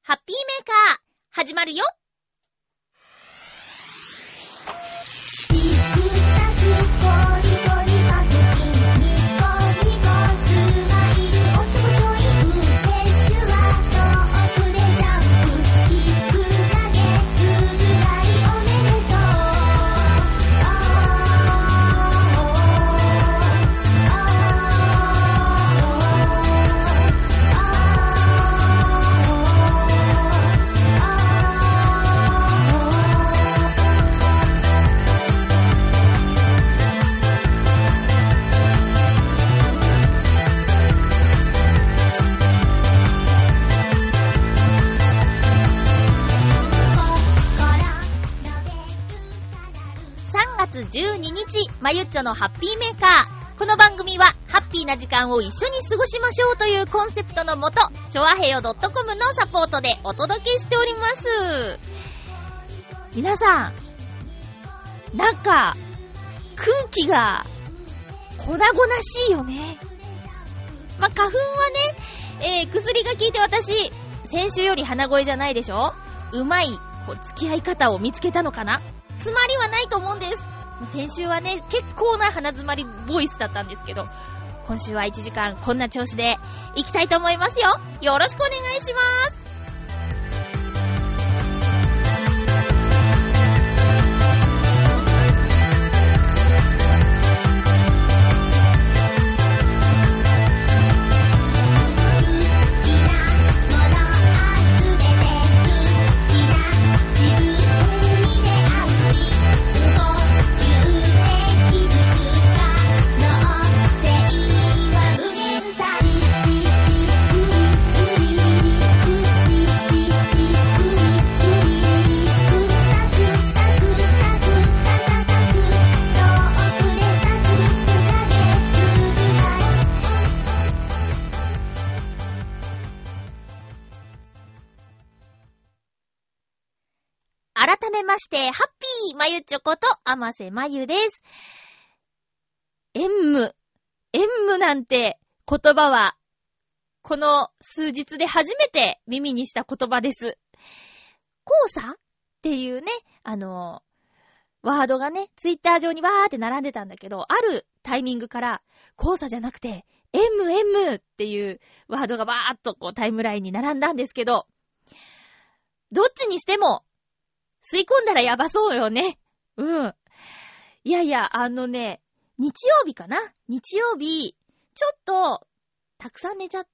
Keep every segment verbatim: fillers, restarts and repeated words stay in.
ハッピーメーカー始まるよ。じゅうににち、まゆっちょのハッピーメーカー。この番組はハッピーな時間を一緒に過ごしましょうというコンセプトのもと、チョアヘヨ .com のサポートでお届けしております。皆さん、なんか空気が粉々しいよね。まあ、花粉はね、えー、薬が効いて私先週より鼻声じゃないでしょ。うまいこう付き合い方を見つけたのかな。つまりはないと思うんです。先週はね、結構な鼻詰まりボイスだったんですけど、今週はいちじかんこんな調子でいきたいと思いますよ。よろしくお願いします。改めまして、ハッピーまゆちょこと甘瀬まゆです。縁夢。縁夢なんて言葉は、この数日で初めて耳にした言葉です。交差っていうね、あの、ワードがね、ツイッター上にわーって並んでたんだけど、あるタイミングから、交差じゃなくて、縁夢縁夢っていうワードがわーっとこうタイムラインに並んだんですけど、どっちにしても、吸い込んだらやばそうよね。うん。いやいや、あのね、日曜日かな日曜日、ちょっと、たくさん寝ちゃって、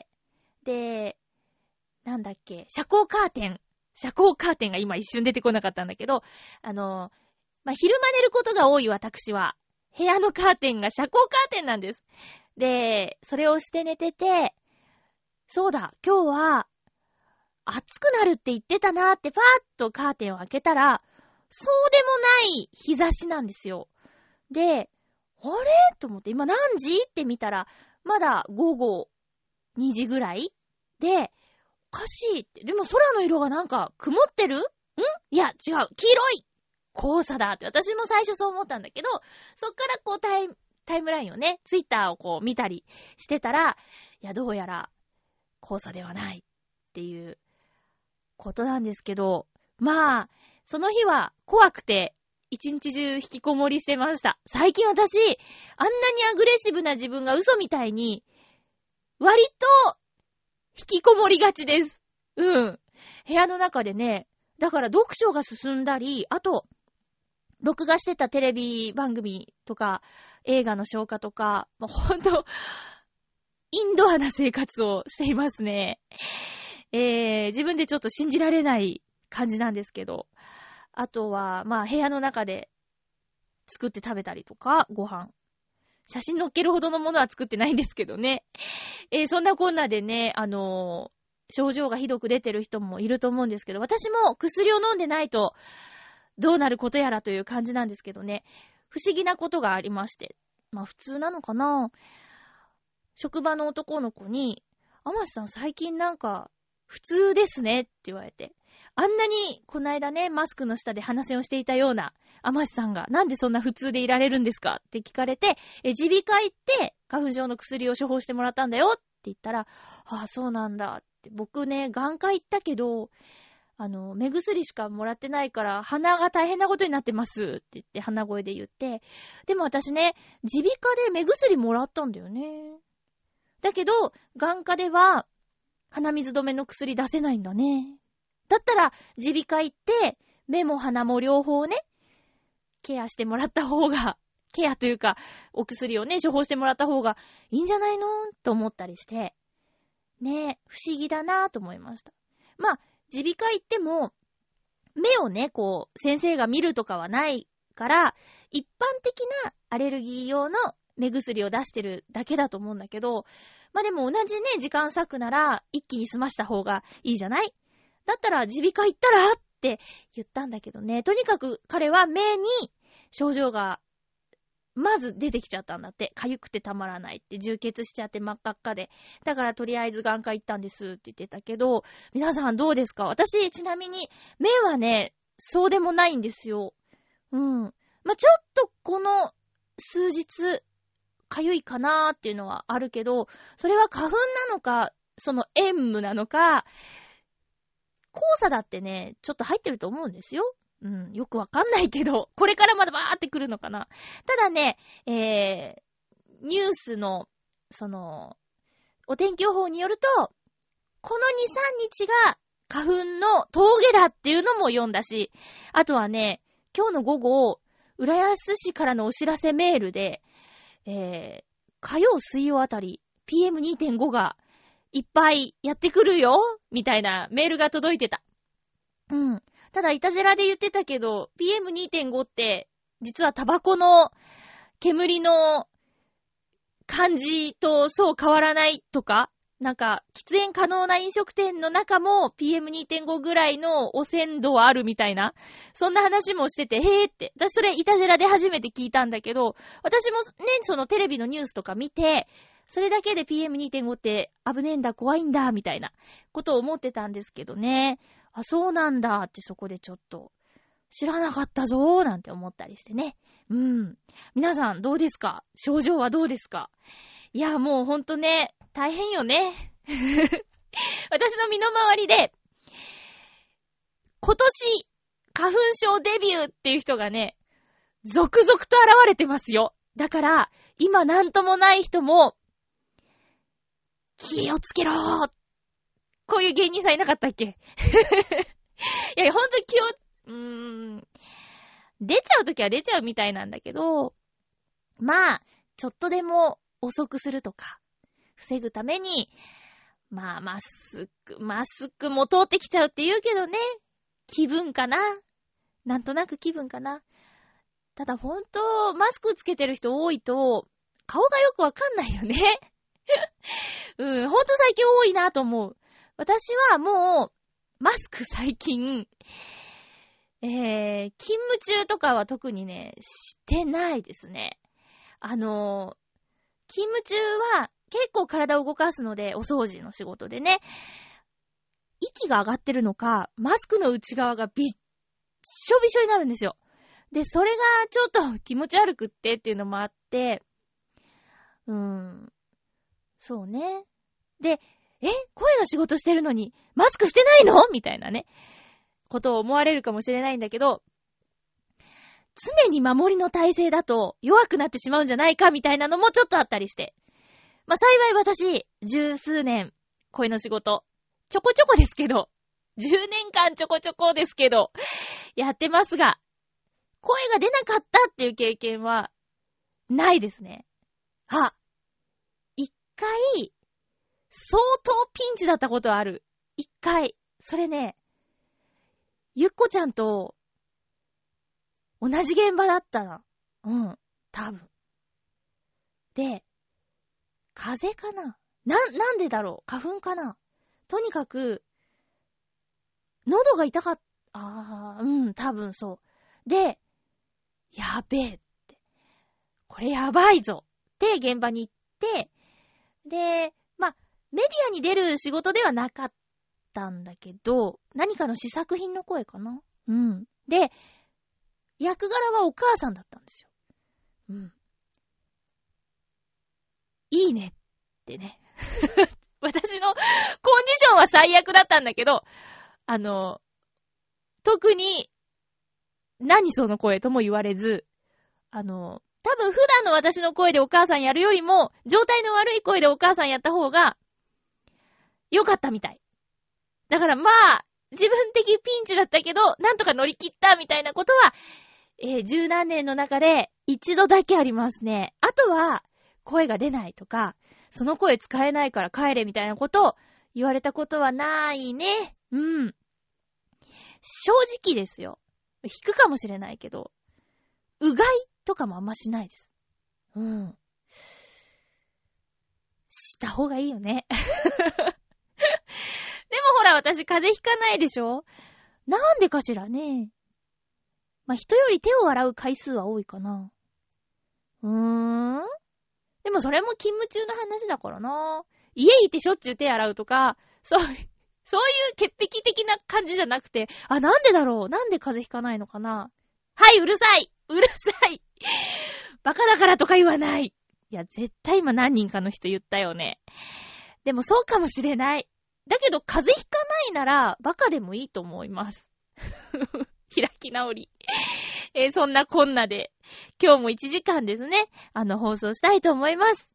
で、なんだっけ、遮光カーテン。遮光カーテンが今一瞬出てこなかったんだけど、あの、まあ、昼間寝ることが多い私は、部屋のカーテンが遮光カーテンなんです。で、それをして寝てて、そうだ、今日は、暑くなるって言ってたなーってパーッとカーテンを開けたら、そうでもない日差しなんですよ。で、あれと思って今何時って見たら、まだ午後にじぐらいで、おかしいって。でも空の色がなんか曇ってる？ん？いや、違う。黄色い黄砂だって私も最初そう思ったんだけど、そっからこうタイム、タイムラインをね、ツイッターをこう見たりしてたら、いや、どうやら黄砂ではないっていうことなんですけど、まあ、その日は怖くて、一日中引きこもりしてました。最近私、あんなにアグレッシブな自分が嘘みたいに、割と、引きこもりがちです。うん。部屋の中でね、だから読書が進んだり、あと、録画してたテレビ番組とか、映画の消化とか、もうほんと、インドアな生活をしていますね。えー、自分でちょっと信じられない感じなんですけど、あとは、まあ部屋の中で作って食べたりとか、ご飯。写真載っけるほどのものは作ってないんですけどね。えー、そんなこんなでね、あのー、症状がひどく出てる人もいると思うんですけど、私も薬を飲んでないとどうなることやらという感じなんですけどね、不思議なことがありまして、まあ普通なのかな。職場の男の子に、甘瀬さん最近なんか普通ですねって言われて、あんなにこの間ねマスクの下で話せをしていたような甘瀬さんがなんでそんな普通でいられるんですかって聞かれて、え耳鼻科行って花粉症の薬を処方してもらったんだよって言ったら、ああそうなんだっ 、僕ね、眼科行ったけど、あの、目薬しかもらってないから、鼻が大変なことになってますって言って、鼻声で言って。でも私ね、耳鼻科で目薬もらったんだよね。だけど、眼科では、鼻水止めの薬出せないんだね。だったら、耳鼻科行って、目も鼻も両方ね、ケアしてもらった方が、ケアというか、お薬をね、処方してもらった方がいいんじゃないのと思ったりして、ね、不思議だなと思いました。まあ、耳鼻科行っても、目をね、こう、先生が見るとかはないから、一般的なアレルギー用の目薬を出してるだけだと思うんだけど、まあでも同じね、時間割くなら、一気に済ました方がいいじゃない？だったら、耳鼻科行ったらって言ったんだけどね、とにかく彼は目に症状が、まず出てきちゃったんだって。痒くてたまらないって。充血しちゃって真っ赤っかで。だからとりあえず眼科行ったんですって言ってたけど、皆さんどうですか？私、ちなみに、目はね、そうでもないんですよ。うん。まあ、ちょっとこの数日、痒いかなーっていうのはあるけど、それは花粉なのか、その塩無なのか、黄砂だってね、ちょっと入ってると思うんですよ。うん、よくわかんないけど、これからまだバーってくるのかな。ただね、えー、ニュースの、その、お天気予報によると、このに、さんにちが花粉の峠だっていうのも読んだし、あとはね、今日の午後、浦安市からのお知らせメールで、えー、火曜、水曜あたり、ピーエムにてんご がいっぱいやってくるよみたいなメールが届いてた。うん。ただ、いたじらで言ってたけど、ピーエムにてんご って、実はタバコの煙の感じとそう変わらないとか、なんか、喫煙可能な飲食店の中も ピーエムにてんご ぐらいの汚染度はあるみたいな、そんな話もしてて、へーって。私それいたじらで初めて聞いたんだけど、私もね、そのテレビのニュースとか見て、それだけで ピーエムにてんご って危ねえんだ、怖いんだ、みたいなことを思ってたんですけどね。あ、そうなんだってそこでちょっと知らなかったぞーなんて思ったりしてね。うん。皆さんどうですか？症状はどうですか？いや、もうほんとね、大変よね。私の身の回りで、今年花粉症デビューっていう人がね、続々と現れてますよ。だから、今なんともない人も、気をつけろー。こういう芸人さんいなかったっけ？いや、ほんと気を、うーん、出ちゃうときは出ちゃうみたいなんだけど、まあ、ちょっとでも遅くするとか、防ぐために、まあ、マスク、マスクも通ってきちゃうって言うけどね、気分かな。なんとなく気分かな。ただほんと、マスクつけてる人多いと、顔がよくわかんないよね。うん、ほんと最近多いなと思う。私はもう、マスク最近、えー、勤務中とかは特にね、してないですね。あのー、勤務中は結構体を動かすので、お掃除の仕事でね、息が上がってるのか、マスクの内側がびっしょびしょになるんですよ。で、それがちょっと気持ち悪くってっていうのもあって、うーん、そうね。で、え、声の仕事してるのに、マスクしてないの？みたいなね、ことを思われるかもしれないんだけど、常に守りの体制だと弱くなってしまうんじゃないかみたいなのもちょっとあったりして。まあ、幸い私、十数年、声の仕事、ちょこちょこですけど、じゅうねんかんちょこちょこですけど、やってますが、声が出なかったっていう経験は、ないですね。あ、一回、相当ピンチだったことある。一回。それね、ゆっこちゃんと、同じ現場だったな。うん。多分。で、風邪かな？な、なんでだろう？花粉かな？とにかく、喉が痛かった。あー、うん、多分そう。で、やべえって。これやばいぞ。って現場に行って、で、まあ、メディアに出る仕事ではなかったんだけど、何かの試作品の声かな？うん。で、役柄はお母さんだったんですよ。うん。いいねってね。 私のコンディションは最悪だったんだけど、あの、特に、何その声とも言われず、あの、多分普段の私の声でお母さんやるよりも、状態の悪い声でお母さんやった方が、良かったみたい。だからまあ、自分的ピンチだったけど、なんとか乗り切ったみたいなことは、えー、十何年の中で一度だけありますね。あとは、声が出ないとか、その声使えないから帰れみたいなことを言われたことはないね。うん。正直ですよ。引くかもしれないけど、うがいとかもあんましないです。うん。した方がいいよね。でもほら私風邪ひかないでしょ？なんでかしらね。まあ、人より手を洗う回数は多いかな。うーん。でもそれも勤務中の話だからな。家いてしょっちゅう手洗うとか、そう、そういう潔癖的な感じじゃなくて、あ、なんでだろう？なんで風邪ひかないのかな？はい、うるさいうるさいバカだからとか言わない。いや、絶対今何人かの人言ったよね。でもそうかもしれない。だけど風邪ひかないならバカでもいいと思います。開き直り。えー、そんなこんなで今日もいちじかんですね。あの放送したいと思います。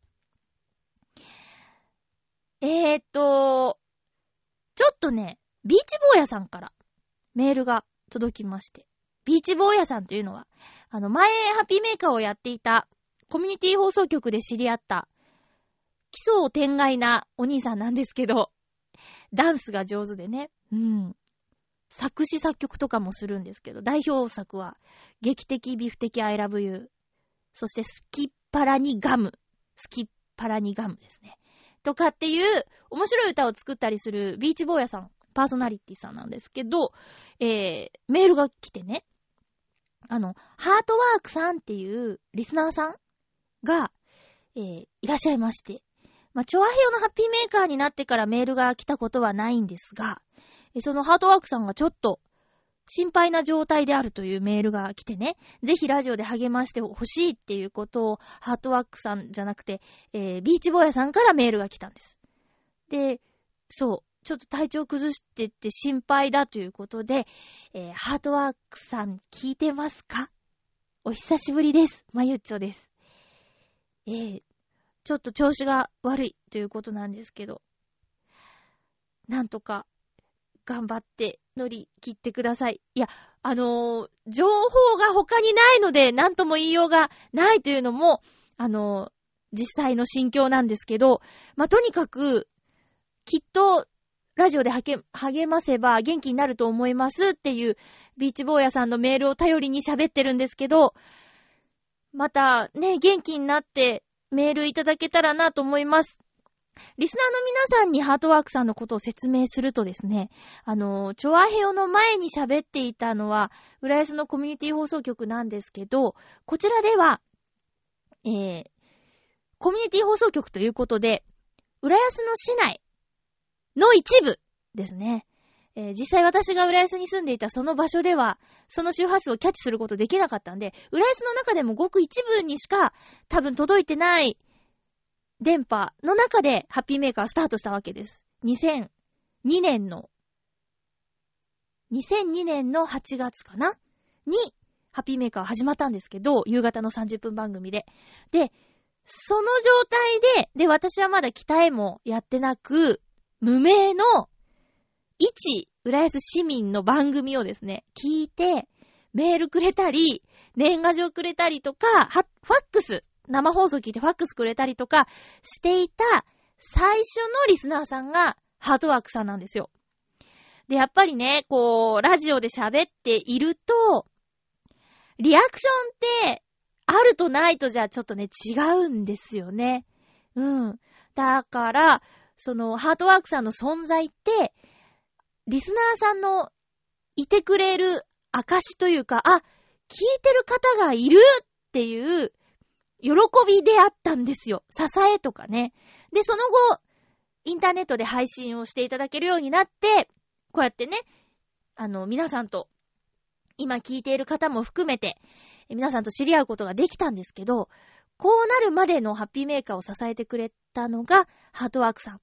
えーっとちょっとね、ビーチ坊やさんからメールが届きまして、ビーチ坊やさんというのはあの前ハッピーメーカーをやっていたコミュニティ放送局で知り合った奇想天外なお兄さんなんですけど、ダンスが上手でね、うん、作詞作曲とかもするんですけど、代表作は劇的ビフ的 I love you、 そしてスキッパラニガム、スキッパラニガムですねとかっていう面白い歌を作ったりするビーチ坊やさん、パーソナリティさんなんですけど、えー、メールが来てね、あのハートワークさんっていうリスナーさんが、えー、いらっしゃいまして、まあ、チョアヘヨのハッピーメーカーになってからメールが来たことはないんですが、そのハートワークさんがちょっと心配な状態であるというメールが来てね、ぜひラジオで励ましてほしいっていうことをハートワークさんじゃなくて、えー、ビーチ坊やさんからメールが来たんです。で、そう、ちょっと体調崩してって心配だということで、えー、ハートワークさん聞いてますか？お久しぶりです。まゆっちょです。えー、ちょっと調子が悪いということなんですけど、なんとか頑張って乗り切ってください。いや、あのー、情報が他にないので何とも言いようがないというのも、あのー、実際の心境なんですけど、まあ、とにかくきっとラジオで励ませば元気になると思いますっていうビーチ坊やさんのメールを頼りに喋ってるんですけど、またね、元気になってメールいただけたらなと思います。リスナーの皆さんにハートワークさんのことを説明するとですね、あの、チョアヘヨの前に喋っていたのは、浦安のコミュニティ放送局なんですけど、こちらでは、えー、コミュニティ放送局ということで、浦安の市内の一部ですね。えー、実際私が浦安に住んでいたその場所では、その周波数をキャッチすることできなかったんで、浦安の中でもごく一部にしか多分届いてない電波の中でハッピーメーカースタートしたわけです。にせんにねんの、にせんにねんのはちがつかなに、ハッピーメーカー始まったんですけど、夕方のさんじゅっぷん番組で。で、その状態で、で、私はまだ北へもやってなく、無名の一浦安市民の番組をですね、聞いて、メールくれたり、年賀状くれたりとか、ファックス、生放送聞いてファックスくれたりとかしていた最初のリスナーさんがハートワークさんなんですよ。で、やっぱりね、こう、ラジオで喋っていると、リアクションってあるとないとじゃちょっとね、違うんですよね。うん。だから、そのハートワークさんの存在って、リスナーさんのいてくれる証というか、あ、聞いてる方がいるっていう喜びであったんですよ。支えとかね。で、その後、インターネットで配信をしていただけるようになって、こうやってね、あの、皆さんと、今聞いている方も含めて、皆さんと知り合うことができたんですけど、こうなるまでのハッピーメーカーを支えてくれたのが、ハートワークさん。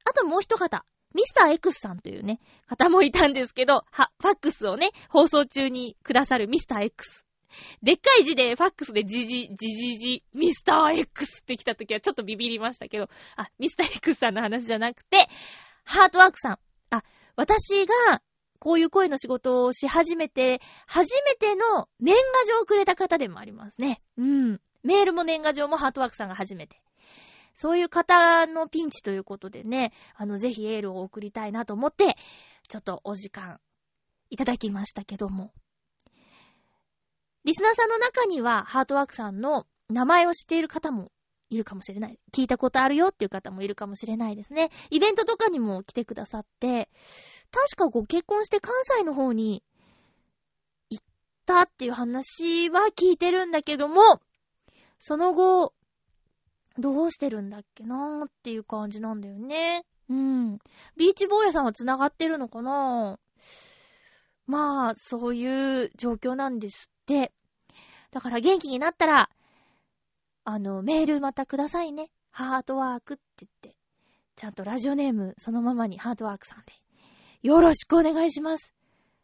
あともう一方、ミスター X さんというね、方もいたんですけど、は、ファックスをね、放送中にくださるミスター X。でっかい字でファックスでジジ、ジジジ、ミスター X って来た時はちょっとビビりましたけど、あ、ミスター X さんの話じゃなくて、ハートワークさん。あ、私がこういう声の仕事をし始めて、初めての年賀状をくれた方でもありますね。うん。メールも年賀状もハートワークさんが初めて。そういう方のピンチということでね、あの、ぜひエールを送りたいなと思って、ちょっとお時間いただきましたけども。リスナーさんの中には、ハートワークさんの名前を知っている方もいるかもしれない。聞いたことあるよっていう方もいるかもしれないですね。イベントとかにも来てくださって、確かご結婚して関西の方に行ったっていう話は聞いてるんだけども、その後、どうしてるんだっけなーっていう感じなんだよね。うん。ビーチ坊やさんは繋がってるのかな？まあ、そういう状況なんですって。だから元気になったら、あの、メールまたくださいね。ハートワークって言って。ちゃんとラジオネームそのままにハートワークさんで。よろしくお願いします。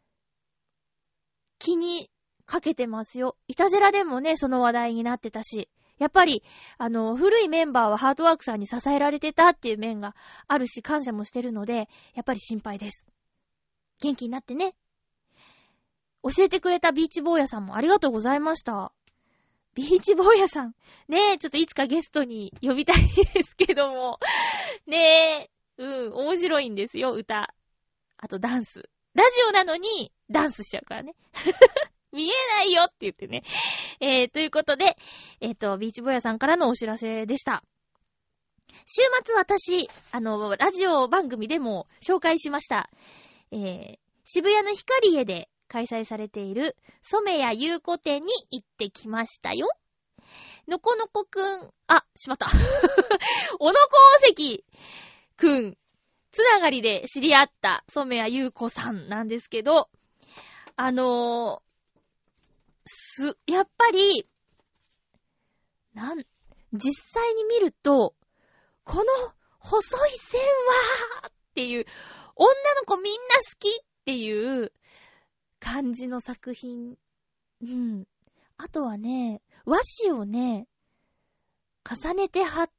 気にかけてますよ。イタジェラでもね、その話題になってたし。やっぱり、あの、古いメンバーはハートワークさんに支えられてたっていう面があるし、感謝もしてるので、やっぱり心配です。元気になってね。教えてくれたビーチ坊やさんもありがとうございました。ビーチ坊やさん。ねえ、ちょっといつかゲストに呼びたいですけども。ねえ、うん、面白いんですよ、歌。あとダンス。ラジオなのにダンスしちゃうからね。見えないよって言ってね。えー、ということで、えっと、ビーチボヤさんからのお知らせでした。週末私、あの、ラジオ番組でも紹介しました。えー、渋谷のヒカリエで開催されている染谷優子店に行ってきましたよ。のこのこくん、あ、しまった。おのこお関くん、つながりで知り合った染谷優子さんなんですけど、あのー、す、やっぱり、なん、実際に見ると、この細い線はっていう、女の子みんな好きっていう感じの作品。うん。あとはね、和紙をね、重ねて貼って、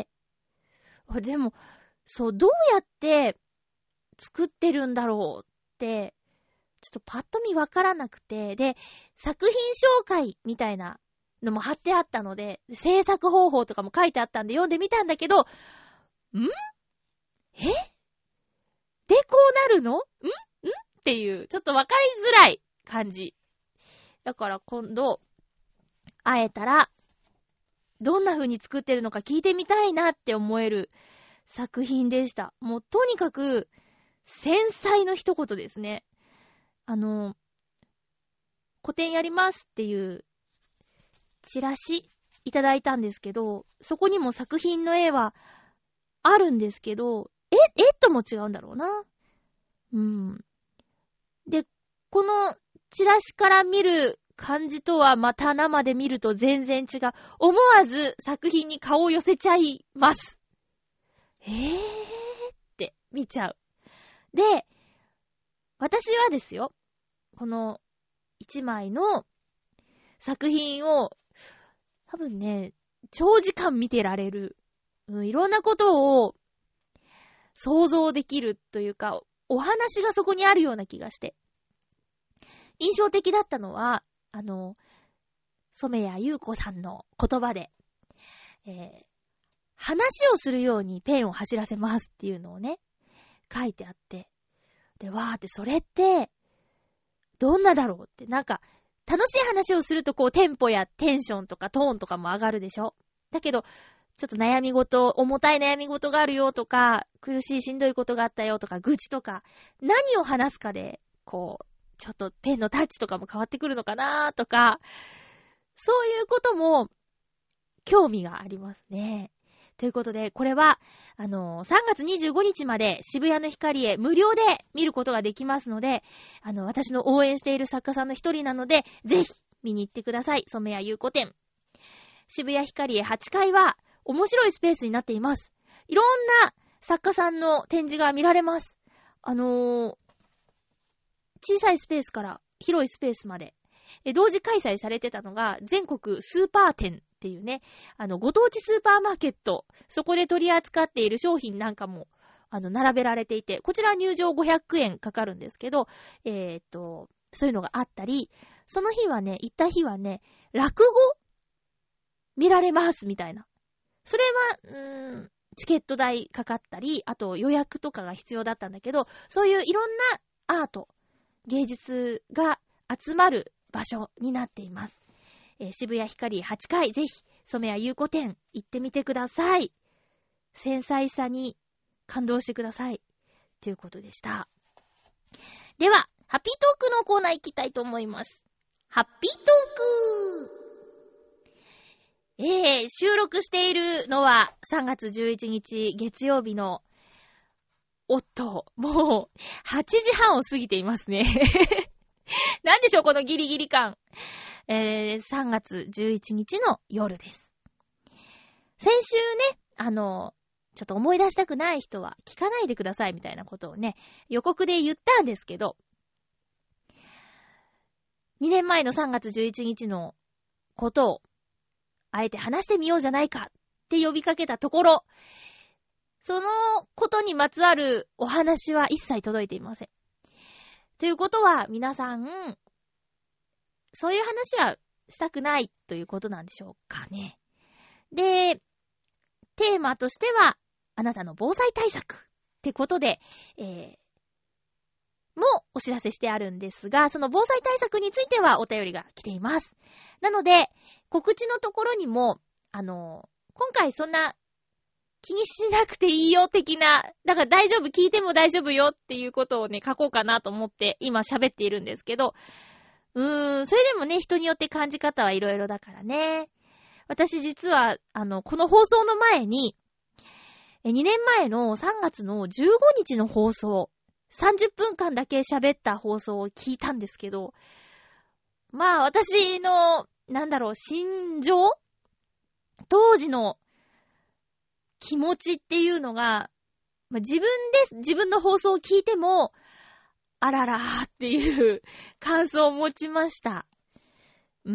でも、そう、どうやって作ってるんだろうって、ちょっとパッと見わからなくて、で、作品紹介みたいなのも貼ってあったので、制作方法とかも書いてあったんで読んでみたんだけど、ん？え？で、こうなるの？ん？ん？っていう、ちょっとわかりづらい感じ。だから今度、会えたら、どんな風に作ってるのか聞いてみたいなって思える作品でした。もうとにかく、繊細の一言ですね。あの、個展やりますっていうチラシいただいたんですけど、そこにも作品の絵はあるんですけど、え、絵とも違うんだろうな。うん。で、このチラシから見る感じとはまた生で見ると全然違う。思わず作品に顔を寄せちゃいます。えーって見ちゃう。で、私はですよ、この一枚の作品を多分ね、長時間見てられる、うん、いろんなことを想像できるというか、お話がそこにあるような気がして、印象的だったのは、あの、染谷優子さんの言葉で、えー、話をするようにペンを走らせますっていうのをね、書いてあって、で、わーってそれって、どんなだろうって、なんか、楽しい話をするとこう、テンポやテンションとかトーンとかも上がるでしょ？だけど、ちょっと悩み事、重たい悩み事があるよとか、苦しいしんどいことがあったよとか、愚痴とか、何を話すかで、こう、ちょっとペンのタッチとかも変わってくるのかなとか、そういうことも、興味がありますね。ということで、これは、あのー、さんがつにじゅうごにちまで渋谷のヒカリエ無料で見ることができますので、あの、私の応援している作家さんの一人なので、ぜひ見に行ってください。染谷優子店。渋谷ヒカリエはちかいは面白いスペースになっています。いろんな作家さんの展示が見られます。あのー、小さいスペースから広いスペースまで、え同時開催されてたのが、全国スーパー展っていうね、あの、ご当地スーパーマーケット、そこで取り扱っている商品なんかも、あの、並べられていて、こちら入場ごひゃくえんかかるんですけど、えーっと、そういうのがあったり、その日はね、行った日はね、落語見られますみたいな。それは、うーん、チケット代かかったり、あと予約とかが必要だったんだけど、そういういろんなアート、芸術が集まる場所になっています。えー、渋谷ヒカリはちかい、ぜひ、染谷優子店行ってみてください。繊細さに感動してください。ということでした。では、ハッピートークのコーナー行きたいと思います。ハッピートークえー、収録しているのはさんがつじゅういちにち月曜日の、おっと、もうはちじはんを過ぎていますね。なんでしょうこのギリギリ感。えー、さんがつじゅういちにちの夜です。先週ね、あの、ちょっと思い出したくない人は聞かないでくださいみたいなことをね、予告で言ったんですけど、にねんまえのさんがつじゅういちにちのことをあえて話してみようじゃないかって呼びかけたところ、そのことにまつわるお話は一切届いていません。ということは皆さん、そういう話はしたくないということなんでしょうかね。で、テーマとしては、あなたの防災対策ってことで、えー、もお知らせしてあるんですが、その防災対策についてはお便りが来ています。なので、告知のところにも、あの、今回そんな気にしなくていいよ的な、だから大丈夫、聞いても大丈夫よっていうことをね、書こうかなと思って今喋っているんですけど、うーん、それでもね、人によって感じ方はいろいろだからね。私実は、あの、この放送の前に、にねんまえのさんがつのじゅうごにちの放送、さんじゅっぷんかんだけ喋った放送を聞いたんですけど、まあ私の、なんだろう、心情？当時の気持ちっていうのが、まあ、自分で自分の放送を聞いても、あららーっていう感想を持ちました。うん。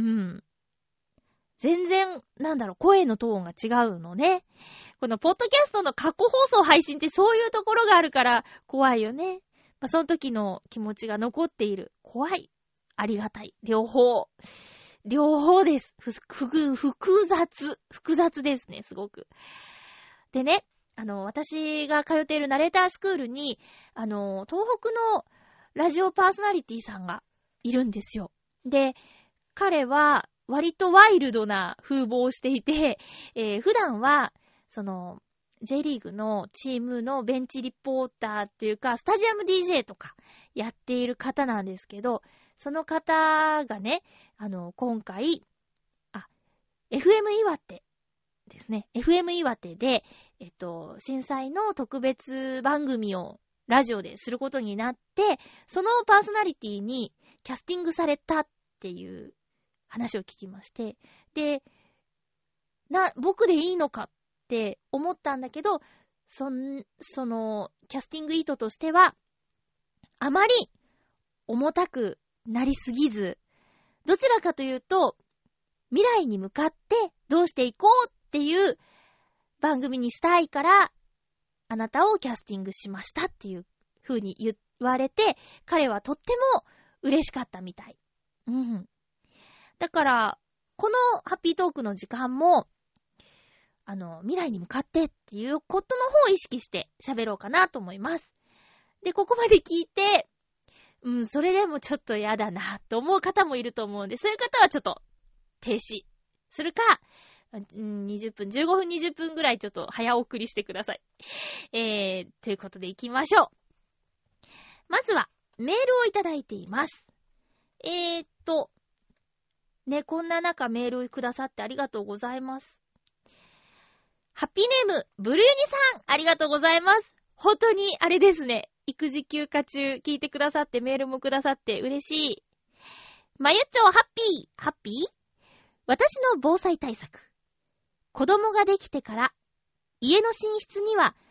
全然、なんだろう、声のトーンが違うのね。このポッドキャストの過去放送配信ってそういうところがあるから怖いよね。まあ、その時の気持ちが残っている。怖い。ありがたい。両方。両方です。ふ、ふ、複雑。複雑ですね、すごく。でね、あの、私が通っているナレータースクールに、あの、東北のラジオパーソナリティさんがいるんですよ。で、彼は割とワイルドな風貌をしていて、えー、普段は、その、J リーグのチームのベンチリポーターっていうか、スタジアム ディージェー とかやっている方なんですけど、その方がね、あの、今回、あ、エフエム 岩手ですね。エフエム 岩手で、えっと、震災の特別番組をラジオですることになって、そのパーソナリティにキャスティングされたっていう話を聞きまして、で、な、僕でいいのかって思ったんだけど、そん、その、キャスティング意図としては、あまり重たくなりすぎず、どちらかというと、未来に向かってどうしていこうっていう番組にしたいから、あなたをキャスティングしましたっていう風に言われて、彼はとっても嬉しかったみたい。うん。だから、このハッピートークの時間も、あの、未来に向かってっていうことの方を意識して喋ろうかなと思います。で、ここまで聞いて、うん、それでもちょっとやだなと思う方もいると思うんで、そういう方はちょっと停止するか、にじゅっぷん、じゅうごふん、にじゅっぷんぐらいちょっと早送りしてください。えー、ということで行きましょう。まずは、メールをいただいています。えーっと、ね、こんな中メールをくださってありがとうございます。ハッピーネーム、ブルユニさん、ありがとうございます。本当に、あれですね、育児休暇中聞いてくださってメールもくださって嬉しい。まゆっちょハッピー、ハッピー？私の防災対策。子供ができてから、家の寝室には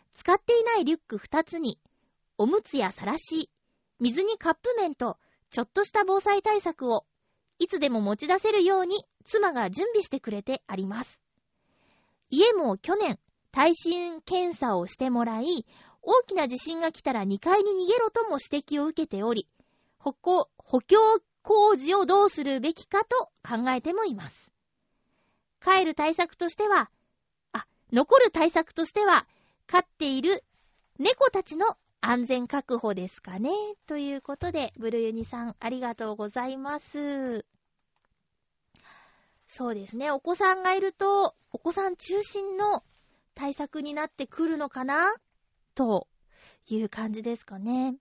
使っていないリュックふたつに、おむつやさらし、水にカップ麺と、ちょっとした防災対策を、いつでも持ち出せるように、妻が準備してくれてあります。家も去年、耐震検査をしてもらい、大きな地震が来たらにかいに逃げろとも指摘を受けており、補強、補強工事をどうするべきかと考えてもいます。帰る対策としては、あ、残る対策としては、飼っている猫たちの安全確保ですかね。ということで、ブルユニさんありがとうございます。そうですね、お子さんがいると、お子さん中心の対策になってくるのかなという感じですかね。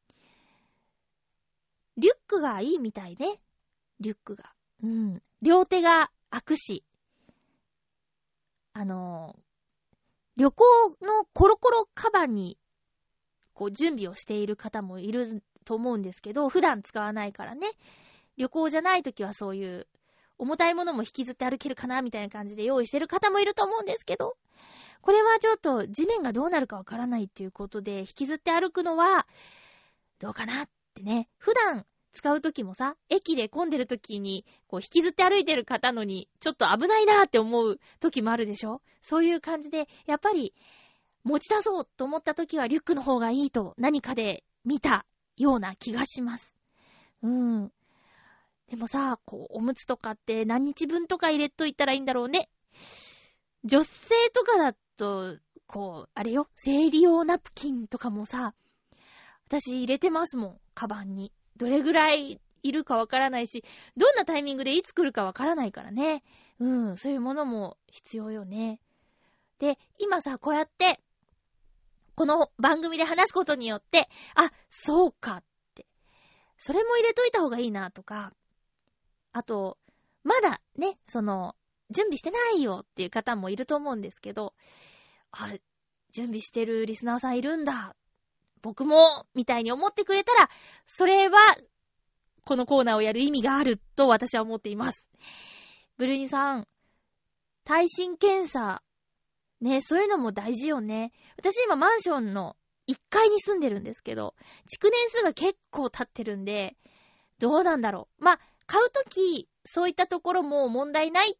リュックがいいみたいね。リュックが。うん。両手が開くし。あのー、旅行のコロコロカバンにこう準備をしている方もいると思うんですけど、普段使わないからね。旅行じゃないときはそういう重たいものも引きずって歩けるかなみたいな感じで用意してる方もいると思うんですけど、これはちょっと地面がどうなるかわからないっていうことで引きずって歩くのはどうかなってね。普段使うときもさ、駅で混んでるときにこう引きずって歩いてる方のにちょっと危ないなって思うときもあるでしょ。そういう感じでやっぱり持ち出そうと思ったときはリュックの方がいいと何かで見たような気がします。うん。でもさ、こうおむつとかって何日分とか入れといたらいいんだろうね。女性とかだとこうあれよ、生理用ナプキンとかもさ、私入れてますもん、カバンに。どれぐらいいるかわからないし、どんなタイミングでいつ来るかわからないからね。うん、そういうものも必要よね。で、今さ、こうやってこの番組で話すことによって、あ、そうかって、それも入れといた方がいいなとか、あとまだね、その準備してないよっていう方もいると思うんですけど、あ、準備してるリスナーさんいるんだ、僕もみたいに思ってくれたら、それはこのコーナーをやる意味があると私は思っています。ブルーニさん、耐震検査ね、そういうのも大事よね。私今マンションのいっかいに住んでるんですけど、築年数が結構経ってるんで、どうなんだろう。まあ、買うとき、そういったところも問題ないって、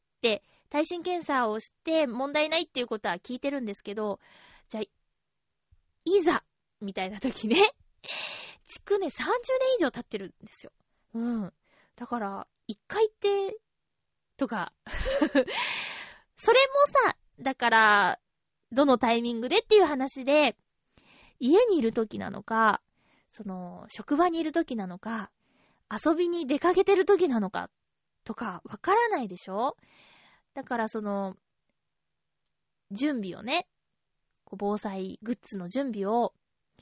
耐震検査をして問題ないっていうことは聞いてるんですけど、じゃあ、いざ、みたいなときね、築年さんじゅうねん以上経ってるんですよ。うん。だから、いっかいって、とか、それもさ、だから、どのタイミングでっていう話で、家にいるときなのか、その、職場にいるときなのか、遊びに出かけてるときなのか、とか、わからないでしょ？だからその、準備をね、こう防災グッズの準備を、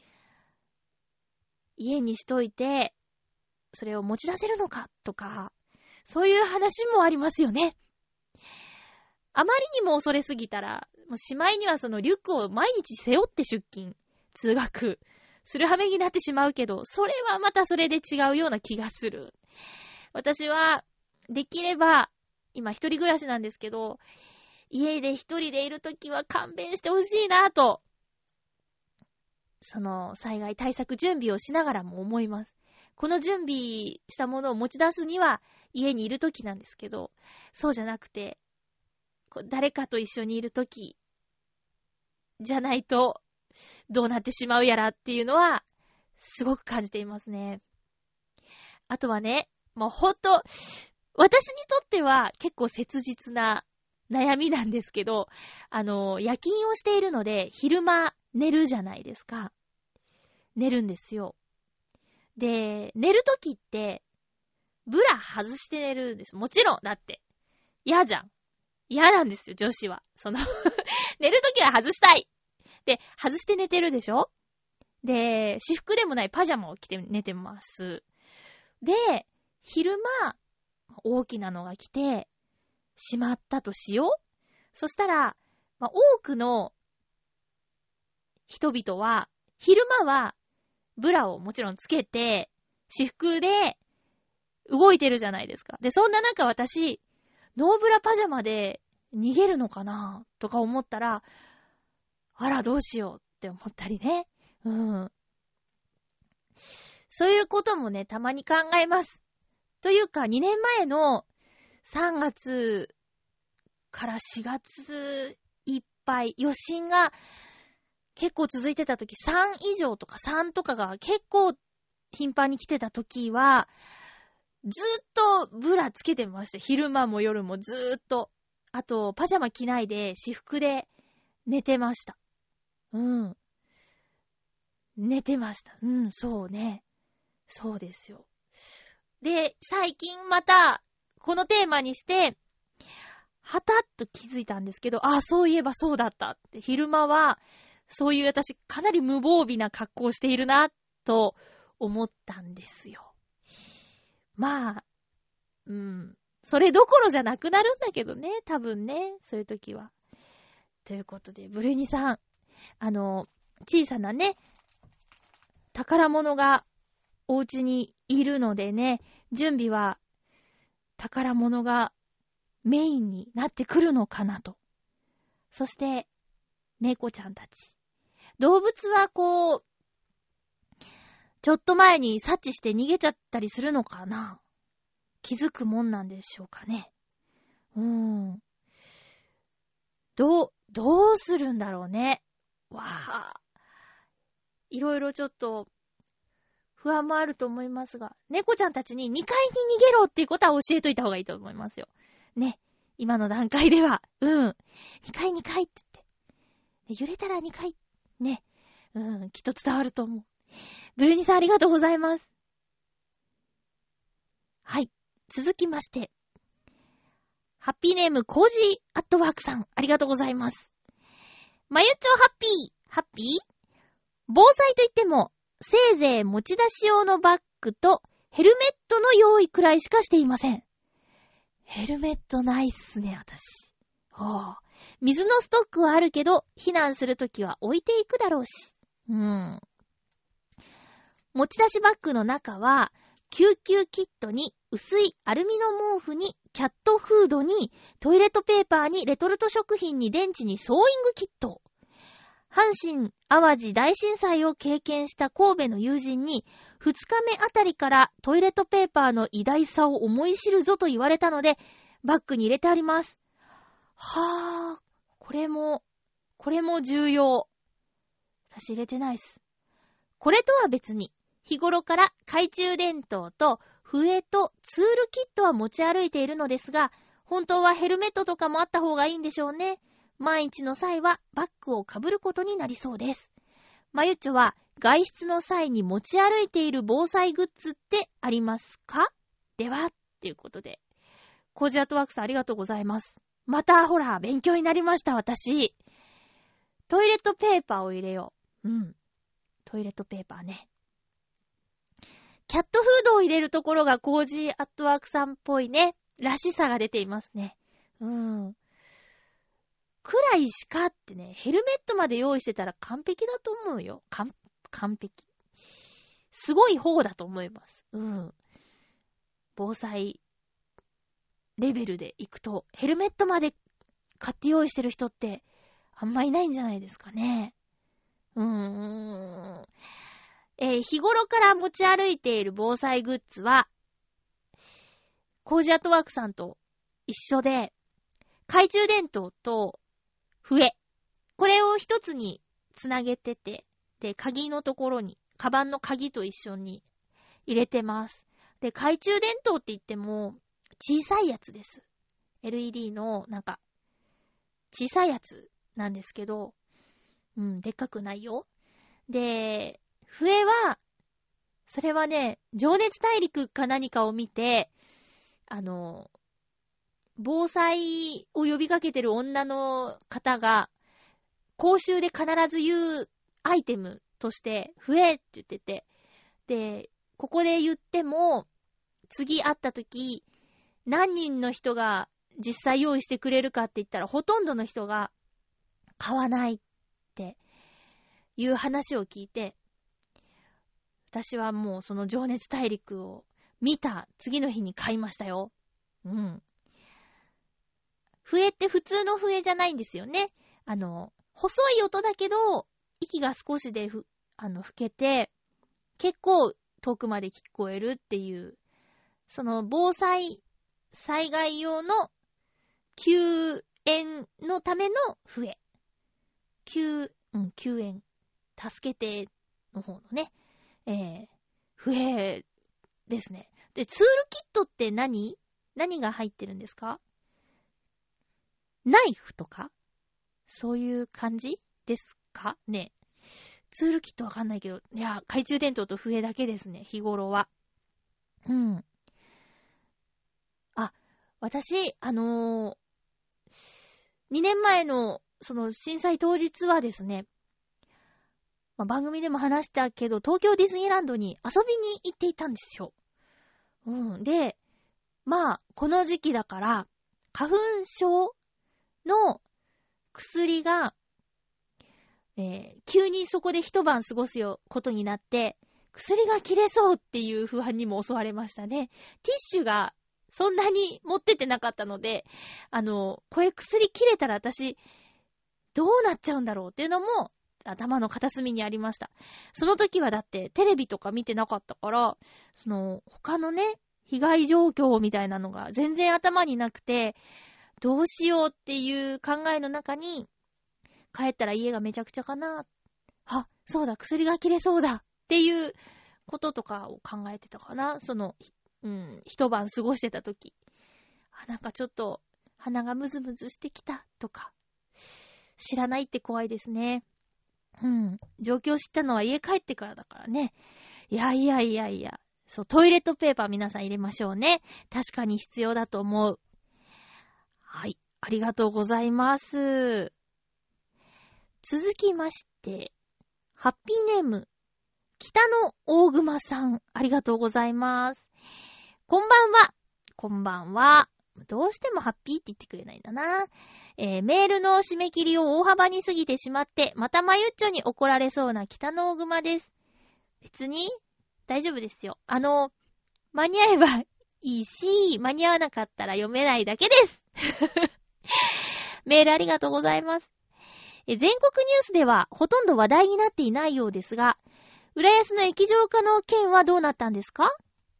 家にしといて、それを持ち出せるのか、とか、そういう話もありますよね。あまりにも恐れすぎたら、もうしまいにはそのリュックを毎日背負って出勤、通学する羽目になってしまうけど、それはまたそれで違うような気がする。私はできれば今一人暮らしなんですけど、家で一人でいるときは勘弁してほしいなと、その災害対策準備をしながらも思います。この準備したものを持ち出すには家にいるときなんですけど、そうじゃなくて誰かと一緒にいるときじゃないとどうなってしまうやらっていうのはすごく感じていますね。あとはね、もうほんと私にとっては結構切実な悩みなんですけど、あの夜勤をしているので昼間寝るじゃないですか。寝るんですよ。で、寝るときってブラ外して寝るんです。もちろんだって嫌じゃん。嫌なんですよ、女子は。その寝るときは外したい。で、外して寝てるでしょ？で、私服でもないパジャマを着て寝てます。で、昼間、大きなのが来て、しまったとしよう。そしたら、まあ、多くの人々は、昼間は、ブラをもちろんつけて、私服で動いてるじゃないですか。で、そんな中私、ノーブラパジャマで逃げるのかなとか思ったら、あらどうしようっって思ったりね。うん。そういうこともね、たまに考えます。というか、にねんまえのさんがつからしがついっぱい、余震が結構続いてた時、さん以上とかさんとかが結構頻繁に来てた時は、ずっとブラつけてました。昼間も夜もずーっと。あと、パジャマ着ないで、私服で寝てました。うん。寝てました。うん、そうね。そうですよ。で、最近また、このテーマにして、はたっと気づいたんですけど、あ、そういえばそうだったって。昼間は、そういう私、かなり無防備な格好をしているな、と思ったんですよ。まあ、うん。それどころじゃなくなるんだけどね、多分ね、そういう時は。ということで、ブルーニさん、あの、小さなね、宝物がお家にいるのでね、準備は宝物がメインになってくるのかなと。そして、猫ちゃんたち。動物はこう、ちょっと前に察知して逃げちゃったりするのかな。気づくもんなんでしょうかね。うーん。どう、どうするんだろうね。わあ。いろいろちょっと、不安もあると思いますが、猫ちゃんたちににかいに逃げろっていうことは教えといた方がいいと思いますよ。ね。今の段階では。うん。にかいにかいって言って。揺れたらにかい。ね。うん。きっと伝わると思う。ブルーニさんありがとうございます。はい。続きまして。ハッピーネームコージーアットワークさん。ありがとうございます。まゆっちょハッピー。ハッピー防災といっても、せいぜい持ち出し用のバッグとヘルメットの用意くらいしかしていません。ヘルメットないっすね、私。はあ、水のストックはあるけど、避難するときは置いていくだろうし。うん。持ち出しバッグの中は、救急キットに薄いアルミの毛布にキャットフードにトイレットペーパーにレトルト食品に電池にソーイングキット。阪神淡路大震災を経験した神戸の友人にふつかめあたりからトイレットペーパーの偉大さを思い知るぞと言われたのでバッグに入れてあります。はぁ、これも、これも重要。私入れてないっす。これとは別に日頃から懐中電灯と笛とツールキットは持ち歩いているのですが、本当はヘルメットとかもあった方がいいんでしょうね。万一の際はバッグをかぶることになりそうです。まゆっちょは外出の際に持ち歩いている防災グッズってありますか？では、ということで。コージアートワークさんありがとうございます。また、ほら、勉強になりました、私。トイレットペーパーを入れよう。うん。トイレットペーパーね。キャットフードを入れるところがコージーアットワークさんっぽいね。らしさが出ていますね。うん。くらいしかってね、ヘルメットまで用意してたら完璧だと思うよ。完、完璧。すごい方だと思います。うん。防災レベルでいくと、ヘルメットまで買って用意してる人ってあんまいないんじゃないですかね。うーん。えー、日頃から持ち歩いている防災グッズは、コージアットワークさんと一緒で、懐中電灯と笛。これを一つにつなげてて、で、鍵のところに、カバンの鍵と一緒に入れてます。で、懐中電灯って言っても、小さいやつです。エルイーディー の、なんか、小さいやつなんですけど、うん、でっかくないよ。で、笛は、それはね、情熱大陸か何かを見て、あの、防災を呼びかけてる女の方が、講習で必ず言うアイテムとして、笛って言ってて、で、ここで言っても、次会った時、何人の人が実際用意してくれるかって言ったら、ほとんどの人が買わないっていう話を聞いて、私はもうその情熱大陸を見た次の日に買いましたよ。うん。笛って普通の笛じゃないんですよね。あの、細い音だけど、 息が少しでふ、あの、吹けて、結構遠くまで聞こえるっていう、その防災、災害用の救援のための笛。救、うん、救援。助けての方のね、えー、笛ですね。で、ツールキットって何？何が入ってるんですか？ナイフとかそういう感じですかね。ツールキットわかんないけど、いや、懐中電灯と笛だけですね、日頃は。うん。あ、私、あのー、にねんまえの、その震災当日はですね、まあ、番組でも話したけど、東京ディズニーランドに遊びに行っていたんですよ。うん。で、まあ、この時期だから、花粉症の薬が、えー、急にそこで一晩過ごすよことになって、薬が切れそうっていう不安にも襲われましたね。ティッシュがそんなに持ってってなかったので、あの、これ薬切れたら私、どうなっちゃうんだろうっていうのも、頭の片隅にありました。その時はだってテレビとか見てなかったから、その他のね、被害状況みたいなのが全然頭になくて、どうしようっていう考えの中に、帰ったら家がめちゃくちゃかな。あ、そうだ、薬が切れそうだっていうこととかを考えてたかな。その、うん、一晩過ごしてた時。あ、なんかちょっと鼻がムズムズしてきたとか。知らないって怖いですね。うん。状況知ったのは家帰ってからだからね。いやいやいやいや。そう、トイレットペーパー皆さん入れましょうね。確かに必要だと思う。はい。ありがとうございます。続きまして、ハッピーネーム、北の大熊さん、ありがとうございます。こんばんは。こんばんは。どうしてもハッピーって言ってくれないんだな。えー、メールの締め切りを大幅に過ぎてしまって、またまゆっちょに怒られそうな北の大熊です。別に大丈夫ですよ。あの、間に合えばいいし、間に合わなかったら読めないだけです。メールありがとうございます。全国ニュースではほとんど話題になっていないようですが、浦安の液状化の件はどうなったんですか？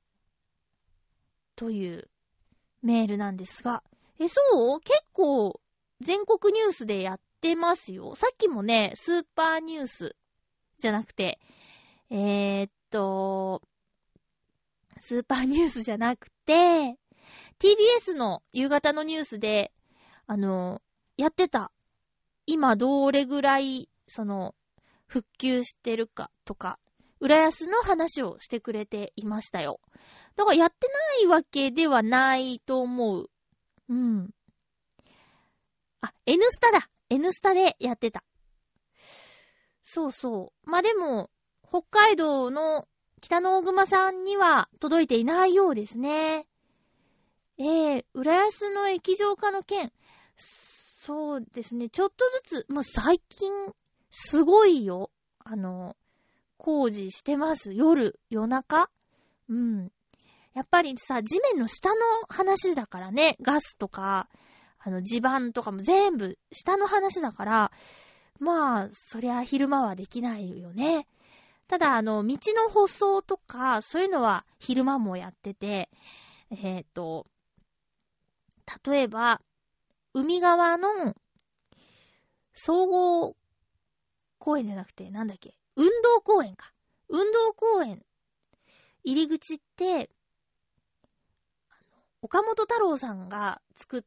というメールなんですが、え、そう結構全国ニュースでやってますよ。さっきもね、スーパーニュースじゃなくて、えー、っと、スーパーニュースじゃなくて、ティービーエス の夕方のニュースで、あの、やってた。今どれぐらい、その、復旧してるかとか、浦安の話をしてくれていましたよ。だからやってないわけではないと思う。うん。あ、N スタだ。N スタでやってた。そうそう。まあ、でも、北海道の北の大熊さんには届いていないようですね。えー、浦安の液状化の件。そうですね。ちょっとずつ、もう最近、すごいよ。あの、工事してます。夜、夜中。うん。やっぱりさ、地面の下の話だからね。ガスとか、あの、地盤とかも全部下の話だから、まあ、そりゃ昼間はできないよね。ただ、あの、道の舗装とか、そういうのは昼間もやってて、えっと、例えば、海側の総合公園じゃなくて、なんだっけ、運動公園か。運動公園、入り口って、岡本太郎さんが作った、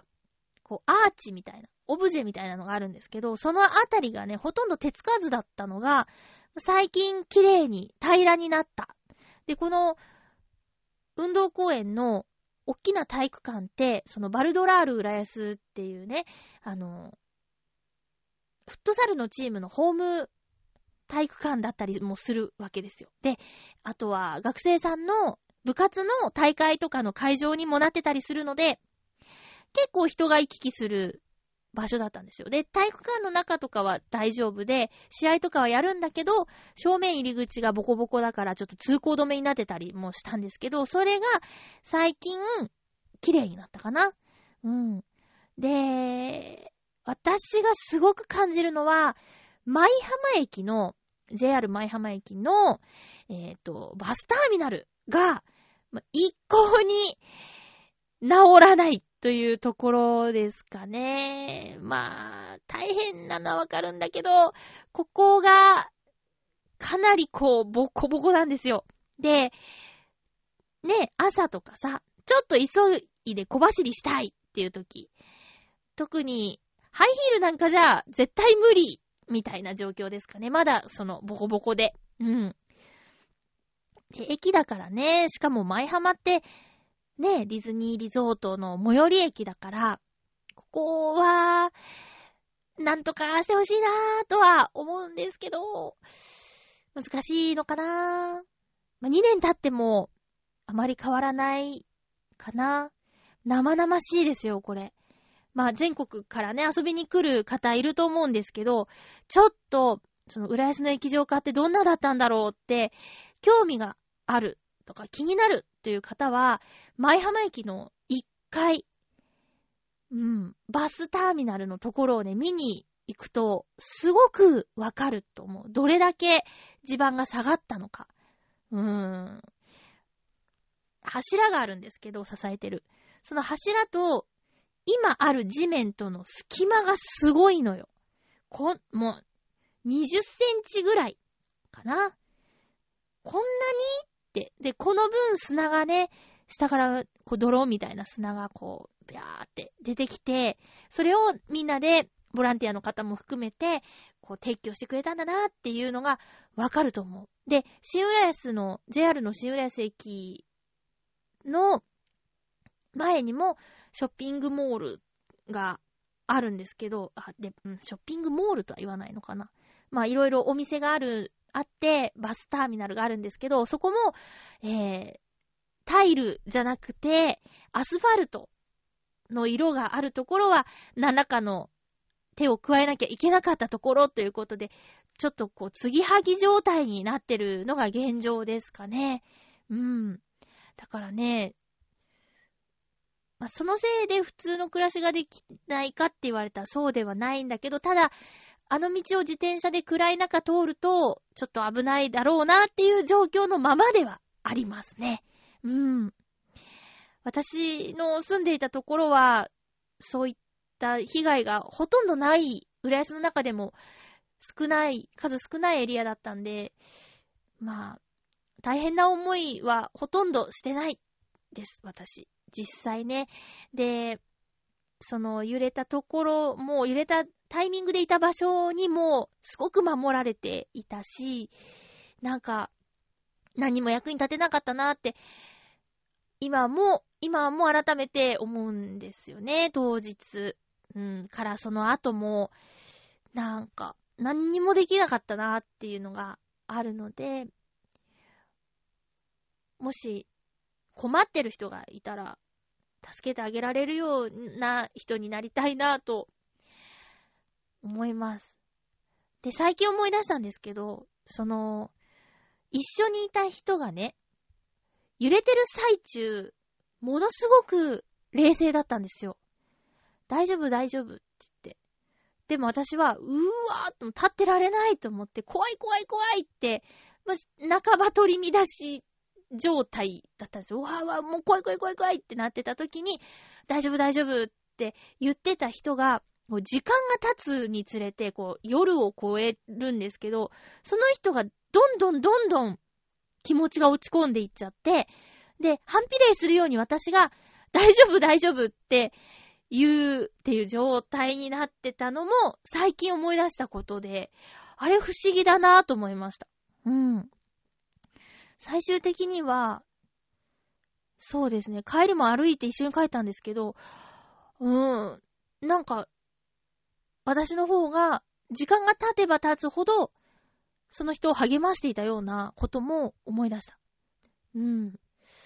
こう、アーチみたいな、オブジェみたいなのがあるんですけど、そのあたりがね、ほとんど手つかずだったのが、最近綺麗に平らになった。で、この、運動公園の大きな体育館って、そのバルドラール浦安っていうね、あの、フットサルのチームのホーム体育館だったりもするわけですよ。で、あとは学生さんの部活の大会とかの会場にもなってたりするので、結構人が行き来する場所だったんですよ。で、体育館の中とかは大丈夫で、試合とかはやるんだけど、正面入り口がボコボコだからちょっと通行止めになってたりもしたんですけど、それが最近綺麗になったかな。うん。で、私がすごく感じるのは、 舞浜駅の、ジェイアール 舞浜駅の、えっと、バスターミナルが、ま、一向に治らないというところですかね。まあ、大変なのはわかるんだけど、ここが、かなりこう、ボコボコなんですよ。で、ね、朝とかさ、ちょっと急いで小走りしたいっていう時、特に、ハイヒールなんかじゃ絶対無理みたいな状況ですかね。まだそのボコボコで。うん。で、駅だからね、しかも舞浜ってね、ディズニーリゾートの最寄り駅だから、ここはなんとかしてほしいなーとは思うんですけど、難しいのかな。まあ、にねん経ってもあまり変わらないかな。生々しいですよ、これ。まあ全国からね、遊びに来る方いると思うんですけど、ちょっと、その浦安の液状化ってどんなだったんだろうって、興味があるとか気になるという方は、舞浜駅のいっかい、うん、バスターミナルのところをね、見に行くと、すごくわかると思う。どれだけ地盤が下がったのか。うーん。柱があるんですけど、支えてる。その柱と、今ある地面との隙間がすごいのよ。こん、もう、にじゅっセンチぐらいかな。こんなにって。で、この分砂がね、下からこう泥みたいな砂がこう、ビャーって出てきて、それをみんなで、ボランティアの方も含めて、こう、撤去してくれたんだなっていうのがわかると思う。で、新浦安の、ジェイアール の新浦安駅の前にも、ショッピングモールがあるんですけど、あ、で、うん、ショッピングモールとは言わないのかな。まあ、いろいろお店がある、あって、バスターミナルがあるんですけど、そこも、えー、タイルじゃなくて、アスファルトの色があるところは、何らかの手を加えなきゃいけなかったところということで、ちょっとこう、継ぎはぎ状態になってるのが現状ですかね。うん。だからね、まあ、そのせいで普通の暮らしができないかって言われたらそうではないんだけど、ただ、あの道を自転車で暗い中通ると、ちょっと危ないだろうなっていう状況のままではありますね。うん。私の住んでいたところは、そういった被害がほとんどない、浦安の中でも少ない、数少ないエリアだったんで、まあ、大変な思いはほとんどしてないです、私。実際ね。で、その揺れたところも、揺れたタイミングでいた場所にもすごく守られていたし、なんか何も役に立てなかったなって、今も、今も改めて思うんですよね、当日。うん、からその後も、なんか何にもできなかったなっていうのがあるので、もし困ってる人がいたら、助けてあげられるような人になりたいなと思います。で、最近思い出したんですけど、その、一緒にいた人がね、揺れてる最中、ものすごく冷静だったんですよ。大丈夫大丈夫って言って。でも私は、うーわーっと立ってられないと思って、怖い怖い怖いって、まあ、半ば取り乱し状態だったんですよ。わーわー、もう怖い怖い怖い怖いってなってた時に、大丈夫大丈夫って言ってた人が、もう時間が経つにつれて、こう、夜を超えるんですけど、その人がどんどんどんどん気持ちが落ち込んでいっちゃって、で、反比例するように私が、大丈夫大丈夫って言うっていう状態になってたのも、最近思い出したことで、あれ不思議だなぁと思いました。うん。最終的には、そうですね、帰りも歩いて一緒に帰ったんですけど、うーん、なんか、私の方が、時間が経てば経つほど、その人を励ましていたようなことも思い出した。うん。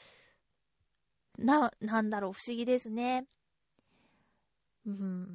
な、なんだろう、不思議ですね。うん。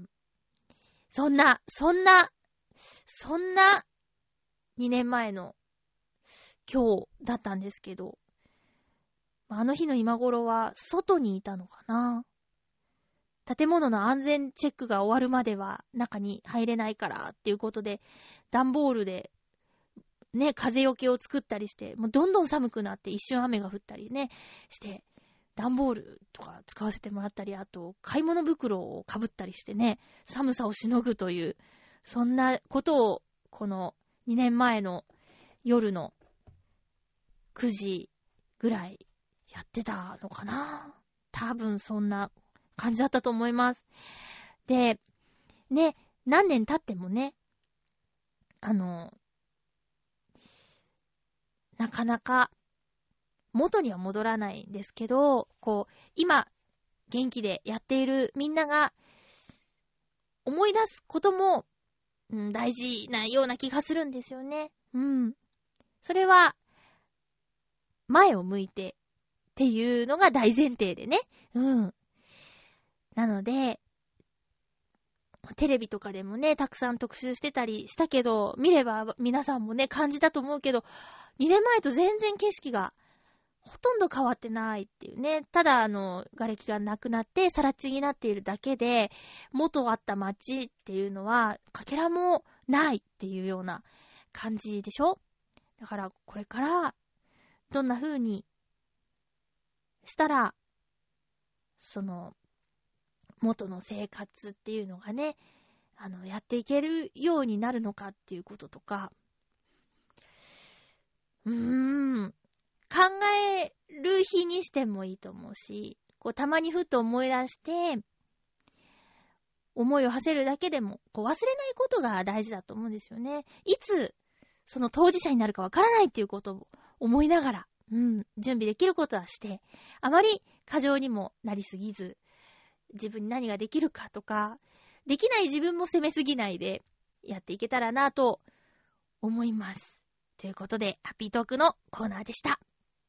そんな、そんな、そんな、にねんまえの今日だったんですけど、あの日の今頃は外にいたのかな。 建物の安全チェックが終わるまでは中に入れないからっていうことで、段ボールでね、風よけを作ったりして、もうどんどん寒くなって一瞬雨が降ったりね、して、段ボールとか使わせてもらったり、あと買い物袋をかぶったりしてね、寒さをしのぐという、そんなことをこのにねんまえの夜のくじぐらいやってたのかな。多分そんな感じだったと思います。で、ね、何年経ってもね、あの、なかなか元には戻らないんですけど、こう、今、元気でやっているみんなが思い出すことも、うん、大事なような気がするんですよね。うん。それは、前を向いてっていうのが大前提でね。うん。なので、テレビとかでもね、たくさん特集してたりしたけど、見れば皆さんもね、感じたと思うけど、にねんまえと全然景色がほとんど変わってないっていうね。ただ、あの、瓦礫がなくなって、更地になっているだけで、元あった街っていうのは、かけらもないっていうような感じでしょ？だから、これから、どんな風にしたら、その、元の生活っていうのがね、あの、やっていけるようになるのかっていうこととか、うーん、考える日にしてもいいと思うし、こう、たまにふっと思い出して、思いを馳せるだけでも、こう、忘れないことが大事だと思うんですよね。いつ、その当事者になるかわからないっていうことを思いながら、うん、準備できることはして、あまり過剰にもなりすぎず、自分に何ができるかとか、できない自分も責めすぎないでやっていけたらなと思います。ということで、ハッピートークのコーナーでした。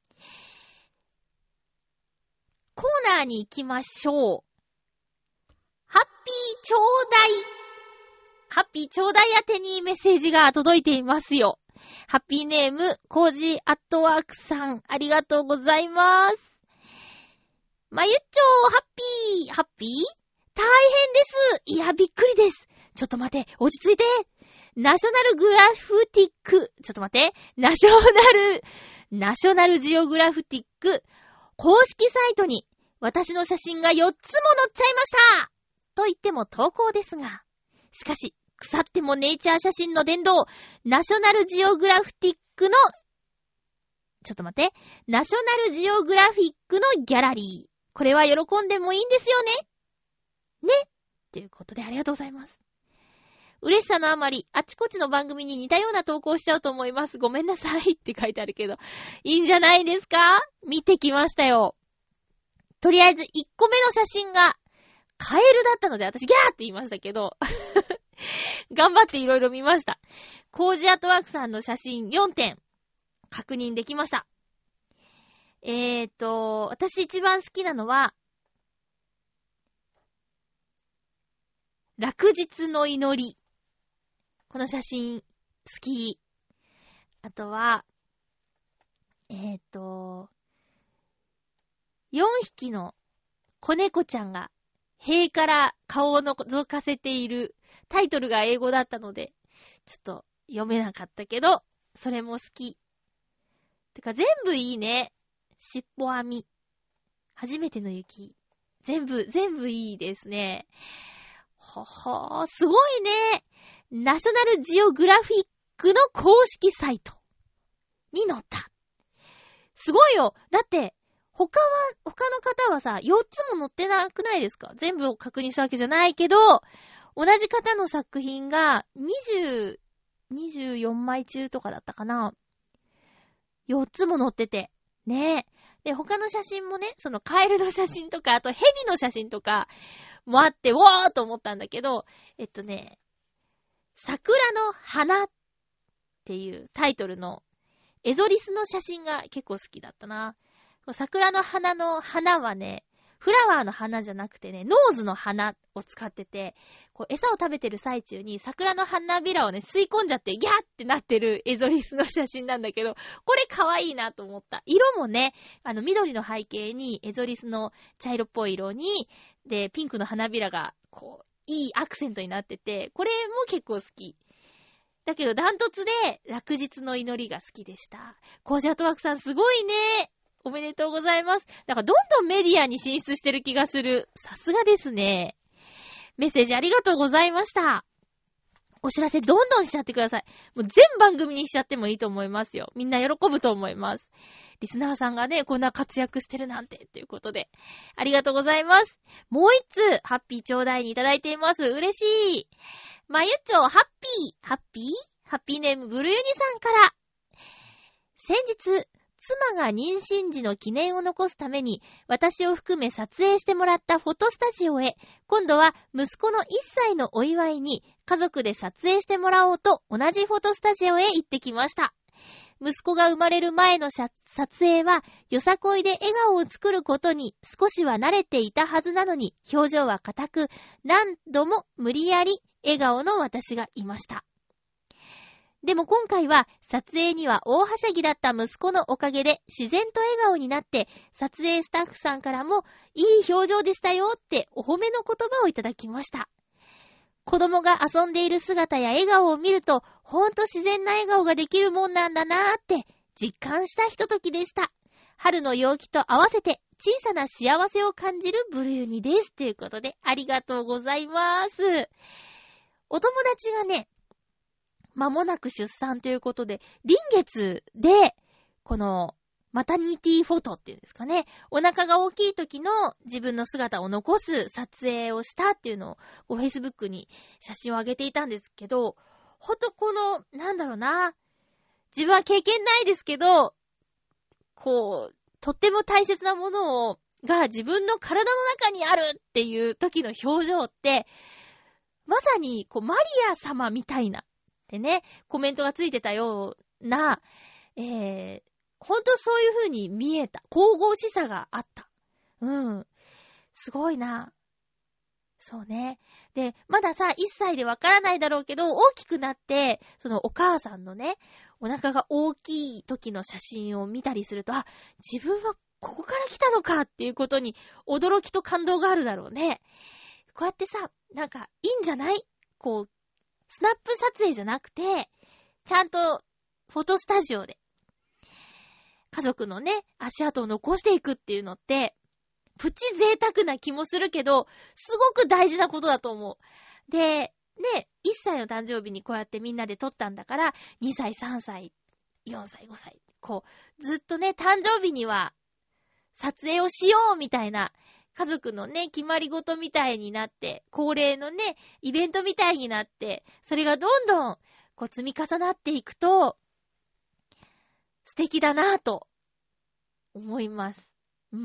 コーナーに行きましょう。ハッピーちょうだい。ハッピーちょうだい宛てにメッセージが届いていますよ。ハッピーネーム、コージーアットワークさん、ありがとうございます。まゆっちょー、ハッピー、ハッピー大変です。いや、びっくりです。ちょっと待って、落ち着いて。ナショナルグラフティック、ちょっと待って、ナショナル、ナショナルジオグラフティック公式サイトに私の写真がよっつも載っちゃいましたと言っても投稿ですが、しかし、腐ってもネイチャー写真の殿堂、ナショナルジオグラフティックの、ちょっと待って、ナショナルジオグラフィックのギャラリー。これは喜んでもいいんですよねねということでありがとうございます。嬉しさのあまり、あちこちの番組に似たような投稿しちゃうと思います。ごめんなさいって書いてあるけど、いいんじゃないですか？見てきましたよ。とりあえずいっこめの写真がカエルだったので、私ギャーって言いましたけど、頑張っていろいろ見ました。コージアートワークさんの写真よんてん確認できました。えーと、私一番好きなのは、落日の祈り。この写真好き。あとは、えーと、よんひきの子猫ちゃんが塀から顔を覗かせている。タイトルが英語だったので、ちょっと読めなかったけど、それも好き。てか全部いいね。尻尾編み。初めての雪。全部、全部いいですね。ほほー、すごいね。ナショナルジオグラフィックの公式サイトに載った。すごいよ。だって、他は、他の方はさ、よっつも載ってなくないですか？全部を確認したわけじゃないけど、同じ方の作品がにじゅう、にじゅうよんまい中とかだったかな。よっつも載ってて。ねえ。で、他の写真もね、そのカエルの写真とか、あとヘビの写真とかもあって、わーと思ったんだけど、えっとね、桜の花っていうタイトルのエゾリスの写真が結構好きだったな。桜の花の花はね、 フラワーの花じゃなくてね、ノーズの花を使ってて、こう餌を食べてる最中に桜の花びらをね、吸い込んじゃってギャーってなってるエゾリスの写真なんだけど、これ可愛いなと思った。色もね、あの緑の背景にエゾリスの茶色っぽい色に、で、ピンクの花びらがこう、いいアクセントになってて、これも結構好き。だけどダントツで落日の祈りが好きでした。コージアートワークさんすごいね。おめでとうございます。だからどんどんメディアに進出してる気がする。さすがですね。メッセージありがとうございました。お知らせどんどんしちゃってください。もう全番組にしちゃってもいいと思いますよ。みんな喜ぶと思います。リスナーさんがね、こんな活躍してるなんて、ということで。ありがとうございます。もう一つ、ハッピーちょうだいにいただいています。嬉しい。まゆっちょ、ハッピー、ハッピーハッピーネームブルユニさんから。先日、妻が妊娠時の記念を残すために、私を含め撮影してもらったフォトスタジオへ、今度は息子のいっさいのお祝いに、家族で撮影してもらおうと、同じフォトスタジオへ行ってきました。息子が生まれる前の撮影は、よさこいで笑顔を作ることに少しは慣れていたはずなのに、表情は硬く、何度も無理やり笑顔の私がいました。でも今回は撮影には大はしゃぎだった息子のおかげで自然と笑顔になって、撮影スタッフさんからもいい表情でしたよってお褒めの言葉をいただきました。子供が遊んでいる姿や笑顔を見ると、ほんと自然な笑顔ができるもんなんだなーって実感したひとときでした。春の陽気と合わせて小さな幸せを感じるブルユニです。ということでありがとうございます。お友達がね、間もなく出産ということで、臨月で、この、マタニティフォトっていうんですかね、お腹が大きい時の自分の姿を残す撮影をしたっていうのを、こう Facebook に写真を上げていたんですけど、ほんとこの、なんだろうな、自分は経験ないですけど、こう、とっても大切なものを、が自分の体の中にあるっていう時の表情って、まさに、こう、マリア様みたいな、でね、コメントがついてたような、えー、ほんとそういう風に見えた。神々しさがあった。うん。すごいな。そうね。で、まださ、いっさいでわからないだろうけど、大きくなって、そのお母さんのね、お腹が大きい時の写真を見たりすると、あ、自分はここから来たのかっていうことに驚きと感動があるだろうね。こうやってさ、なんかいいんじゃない？こう、スナップ撮影じゃなくて、ちゃんとフォトスタジオで家族のね、足跡を残していくっていうのって、プチ贅沢な気もするけど、すごく大事なことだと思う。で、ね、いっさいの誕生日にこうやってみんなで撮ったんだから、にさい、さんさい、よんさい、ごさい、こう、ずっとね、誕生日には撮影をしようみたいな、家族のね、決まり事みたいになって、恒例のね、イベントみたいになって、それがどんどん、こう積み重なっていくと、素敵だなぁと、思います。うん。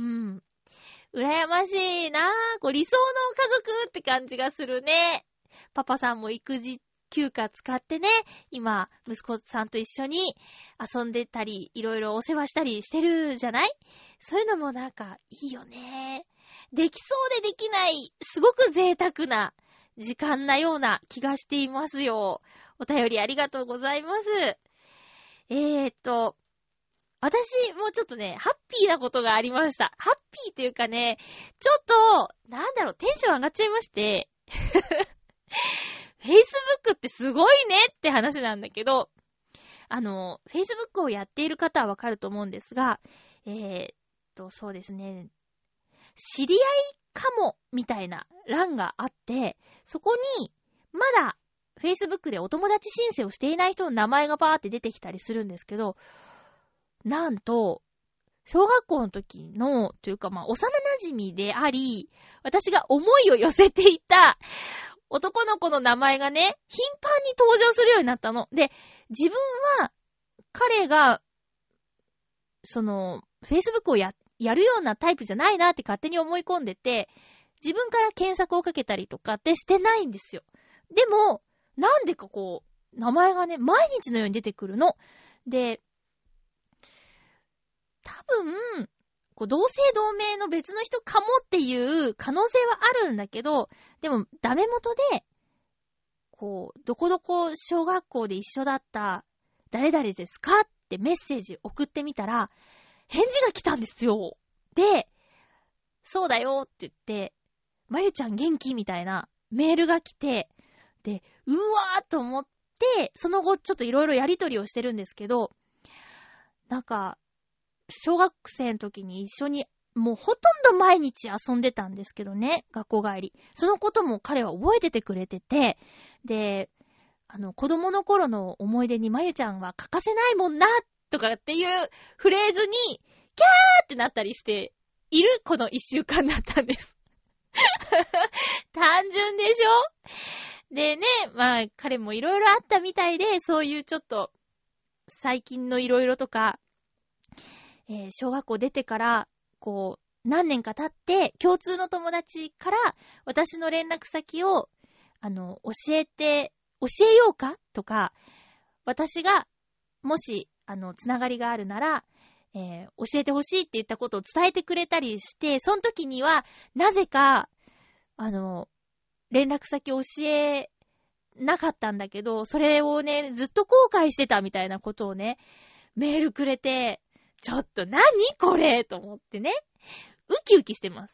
羨ましいなぁ。こう理想の家族って感じがするね。パパさんも育児休暇使ってね、今、息子さんと一緒に遊んでたり、いろいろお世話したりしてるじゃない？そういうのもなんかいいよね。できそうでできない、すごく贅沢な時間なような気がしていますよ。お便りありがとうございます。えーっと、私もちょっとね、ハッピーなことがありました。ハッピーっていうかね、ちょっと、なんだろう、テンション上がっちゃいまして、Facebook ってすごいねって話なんだけど、あの、Facebook をやっている方はわかると思うんですが、えーっと、そうですね、知り合いかもみたいな欄があって、そこに、まだ Facebook でお友達申請をしていない人の名前がバーって出てきたりするんですけど、なんと、小学校の時の、というかまあ、幼馴染であり、私が思いを寄せていた男の子の名前がね、頻繁に登場するようになったの。で、自分は、彼が、その、Facebook をや、やるようなタイプじゃないなって勝手に思い込んでて、自分から検索をかけたりとかってしてないんですよ。でも、なんでかこう、名前がね、毎日のように出てくるの。で、多分、 こう同姓同名の別の人かもっていう可能性はあるんだけど、でもダメ元で、こう、どこどこ小学校で一緒だった誰々ですかってメッセージ送ってみたら、返事が来たんですよ。で、そうだよって言って、まゆちゃん元気みたいなメールが来て、で、うわーと思って、その後ちょっといろいろやりとりをしてるんですけど、なんか、小学生の時に一緒に、もうほとんど毎日遊んでたんですけどね、学校帰り。そのことも彼は覚えててくれてて、で、あの、子供の頃の思い出にまゆちゃんは欠かせないもんな、とかっていうフレーズに、キャーってなったりしているこの一週間だったんです。単純でしょ？でね、まあ彼もいろいろあったみたいで、そういうちょっと最近のいろいろとか、えー、小学校出てからこう何年か経って共通の友達から私の連絡先をあの教えて教えようかとか、私がもしあのつながりがあるなら、えー、教えてほしいって言ったことを伝えてくれたりして、その時にはなぜかあの連絡先教えなかったんだけど、それをねずっと後悔してたみたいなことをねメールくれて、ちょっと何これと思ってね、ウキウキしてます。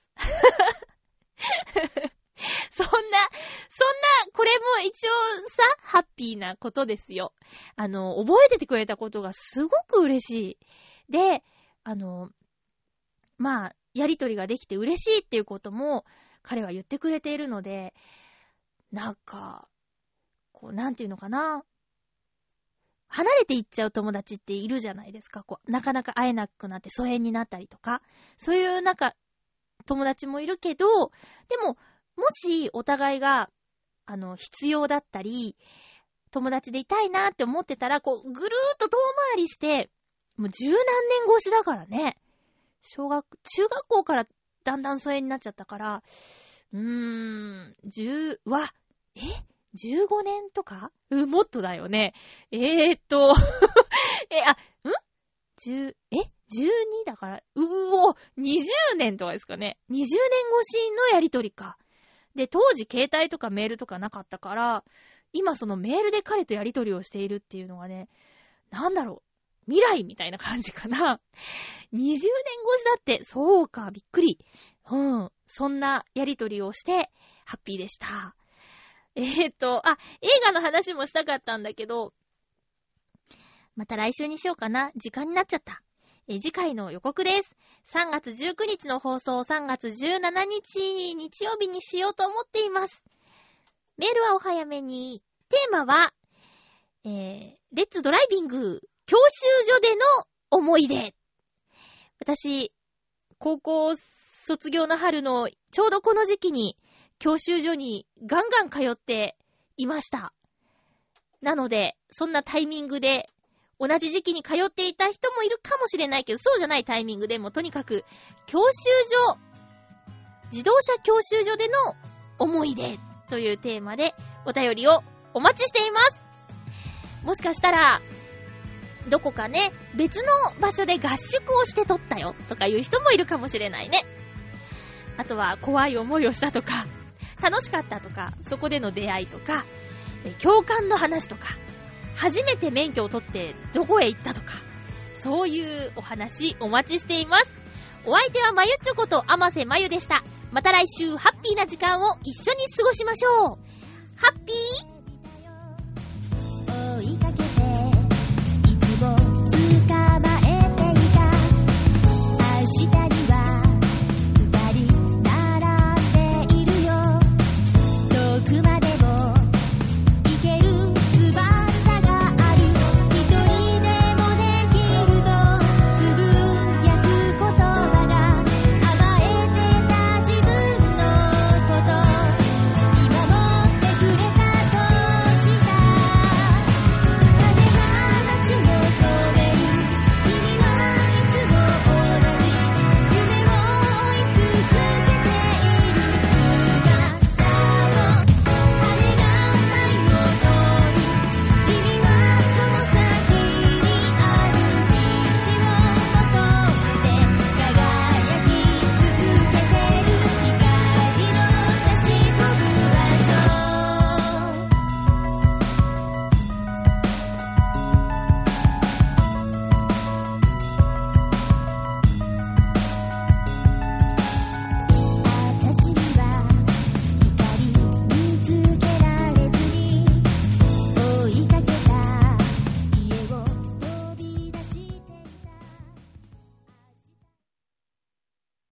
そんな、そんな、これも一応さ、ハッピーなことですよ。あの、覚えててくれたことがすごく嬉しい。で、あの、まあ、やりとりができて嬉しいっていうことも彼は言ってくれているので、なんか、こう、なんていうのかな。離れていっちゃう友達っているじゃないですか。こうなかなか会えなくなって疎遠になったりとか、そういうなんか友達もいるけど、でももしお互いがあの必要だったり、友達でいたいなって思ってたら、こうぐるーっと遠回りして、もう十何年越しだからね。小学中学校からだんだん疎遠になっちゃったから、うーん、十わえ。じゅうごねんとかうん、もっとだよね。えーっと、え、あ、ん ?じゅう、え ?じゅうに だから、うお、にじゅうねんとかですかね。にじゅうねん越しのやりとりか。で、当時携帯とかメールとかなかったから、今そのメールで彼とやりとりをしているっていうのがね、なんだろう、未来みたいな感じかな。にじゅうねん越しだって、そうか、びっくり。うん、そんなやりとりをして、ハッピーでした。えーっと、あ、映画の話もしたかったんだけど、また来週にしようかな。時間になっちゃった。え、次回の予告です。さんがつじゅうくにちの放送、さんがつじゅうしちにち日曜日にしようと思っています。メールはお早めに。テーマは、えー、レッツドライビング、教習所での思い出。私、高校卒業の春のちょうどこの時期に、教習所にガンガン通っていました。なので、そんなタイミングで、同じ時期に通っていた人もいるかもしれないけど、そうじゃないタイミングでもとにかく、教習所、自動車教習所での思い出というテーマでお便りをお待ちしています。もしかしたら、どこかね、別の場所で合宿をして撮ったよとかいう人もいるかもしれないね。あとは怖い思いをしたとか、楽しかったとか、そこでの出会いとか、共感の話とか、初めて免許を取ってどこへ行ったとか、そういうお話お待ちしています。お相手はまゆっちょこと甘瀬まゆでした。また来週ハッピーな時間を一緒に過ごしましょう。ハッピー